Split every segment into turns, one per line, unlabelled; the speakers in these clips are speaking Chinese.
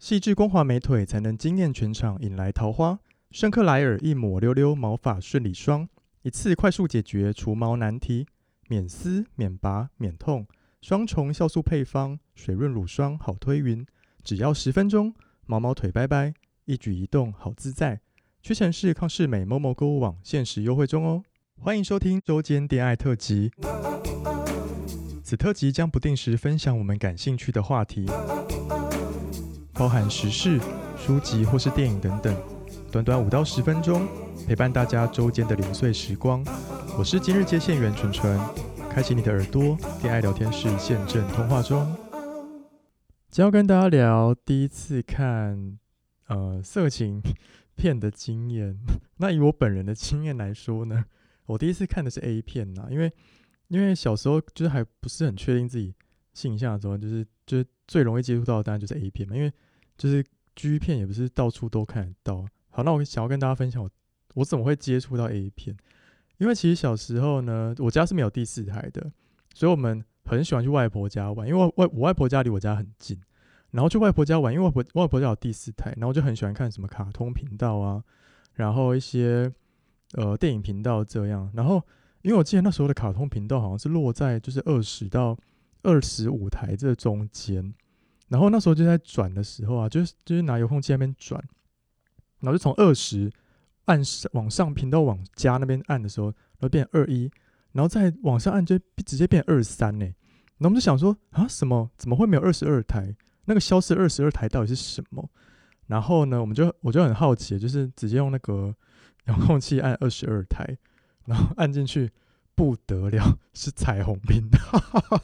细致光滑美腿才能惊艳全场，引来桃花。圣克莱尔一抹溜溜毛发顺理霜，一次快速解决除毛难题，免丝、免拔、免痛，双重酵素配方，水润乳霜好推匀，只要10分钟，毛毛腿拜拜，一举一动好自在。屈臣氏、康士美、某某购物网限时优惠中哦！欢迎收听周间恋爱特辑。此特辑将不定时分享我们感兴趣的话题，包含时事、书籍或是电影等等，短短5到10分钟，陪伴大家周间的零碎时光。我是今日接线员纯纯，开启你的耳朵，恋爱聊天室现正通话中。今天要跟大家聊第一次看色情片的经验。那以我本人的经验来说呢，我第一次看的是 A 片啦，因为小时候就是还不是很确定自己性向的时候，就是最容易接触到的当然就是 A 片嘛，因为就是 G 片也不是到处都看得到。好，那我想要跟大家分享我怎么会接触到 A 片。因为其实小时候呢，我家是没有第4台的，所以我们很喜欢去外婆家玩，因为我外婆家离我家很近，然后去外婆家玩，因为外婆家有第4台，然后就很喜欢看什么卡通频道啊，然后一些电影频道这样，然后因为我记得那时候的卡通频道好像是落在就是20到25台这中间，然后那时候就在转的时候啊，就是拿遥控器那边转，然后就从20按往上频道往加那边按的时候，然后变成21，然后再往上按就直接变成23呢。然后我们就想说啊，怎么会没有22台？那个消失的22台到底是什么？然后呢，我就很好奇，就是直接用那个遥控器按22台，然后按进去不得了，是彩虹频道。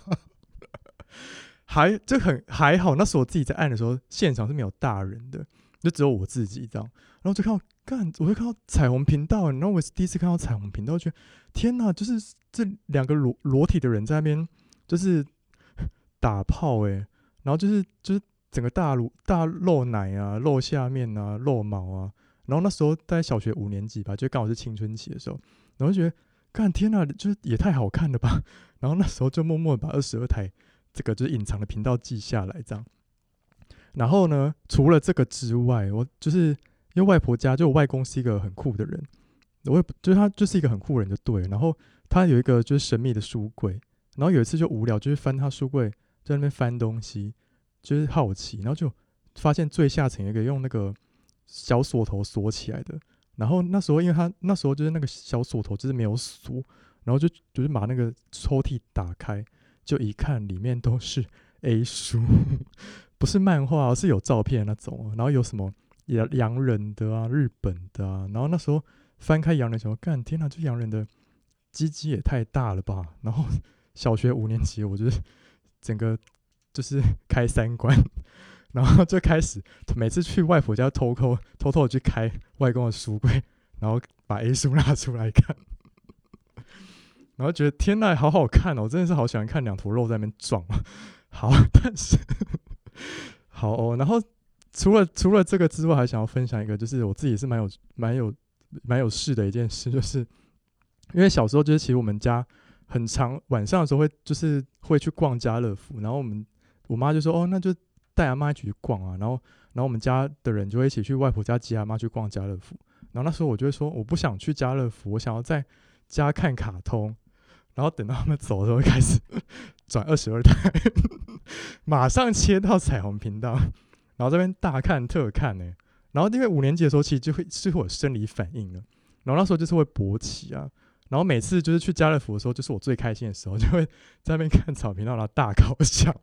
还好，那时候我自己在按的时候，现场是没有大人的，就只有我自己这样。然后就看到我就看到彩虹频道，然后我是第一次看到彩虹频道，觉得天哪，就是这2个裸体的人在那边就是打炮然后就是整个大露奶啊，露下面啊，露毛啊。然后那时候在小学5年级吧，就刚好是青春期的时候，然后就觉得干天哪，就是也太好看了吧。然后那时候就默默把22台这个就是隐藏的频道记下来这样。然后呢，除了这个之外，我就是因为外婆家就我外公是一个很酷的人，就是他就是一个很酷的人就对了。然后他有一个就是神秘的书柜，然后有一次就无聊，就是翻他书柜，在那边翻东西，就是好奇，然后就发现最下层有一个用那个小锁头锁起来的。然后那时候因为他那时候就是那个小锁头就是没有锁，然后就是把那个抽屉打开，就一看里面都是 A 书。不是漫画，是有照片的那种，然后有什么洋人的啊、日本的啊，然后那时候翻开洋人，想说干天哪，这洋人的鸡鸡也太大了吧！然后小学5年级，我就是整个就是开3关，然后就开始每次去外婆家偷偷去开外公的书柜，然后把 A 书拿出来看，然后觉得天哪，好好看哦！我真的是好喜欢看2坨肉在那边撞。好，但是好哦，然后除了这个之外，还想要分享一个，就是我自己是蛮有事的一件事，就是因为小时候就是其实我们家很常晚上的时候会去逛家乐福，然后我妈就说哦，那就带阿妈一起去逛啊，然后我们家的人就会一起去外婆家接阿妈去逛家乐福，然后那时候我就会说我不想去家乐福，我想要在家看卡通。然后等到他们走的时候，开始转22台，马上切到彩虹频道，然后这边大看特看然后因为5年级的时候，其实就会有生理反应了，然后那时候就是会勃起啊。然后每次就是去家乐福的时候，就是我最开心的时候，就会在那边看彩虹频道，然后大烤枪，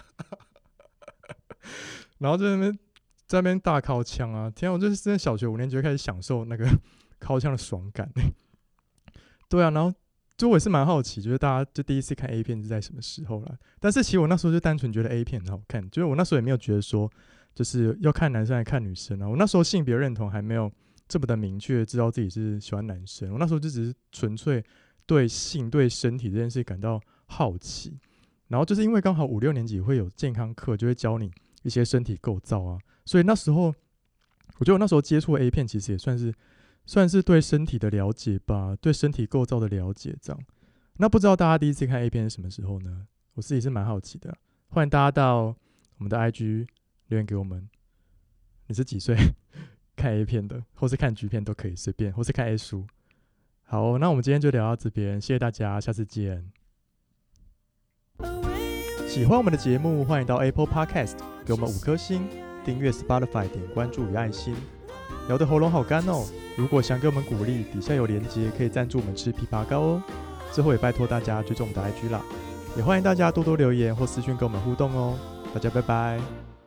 然后在那边大烤枪啊！天啊，我就是真的小学5年级就开始享受那个烤枪的爽感对啊，然后。就我也是蛮好奇，就是大家就第一次看 A 片是在什么时候啦？但是其实我那时候就单纯觉得 A 片很好看，就是我那时候也没有觉得说就是要看男生还是看女生啊。我那时候性别认同还没有这么的明确，知道自己是喜欢男生。我那时候就只是纯粹对性、对身体这件事感到好奇。然后就是因为刚好5、6年级会有健康课，就会教你一些身体构造啊，所以那时候我觉得我那时候接触 A 片其实也算是对身体的了解吧，对身体构造的了解这样。那不知道大家第一次看 A 片是什么时候呢？我自己是蛮好奇的，欢迎大家到我们的 IG 留言给我们。 你是几岁看 A 片的，或是看 G 片都可以随便，或是看 A 书。好，那我们今天就聊到这边，谢谢大家，下次见。喜欢我们的节目，欢迎到 Apple Podcast 给我们5颗星，订阅 Spotify 点关注与爱心。聊得喉咙好干哦，如果想给我们鼓励，底下有连结可以赞助我们吃枇杷膏哦。之后也拜托大家追踪我们的 IG 啦，也欢迎大家多多留言或私讯跟我们互动哦。大家拜拜。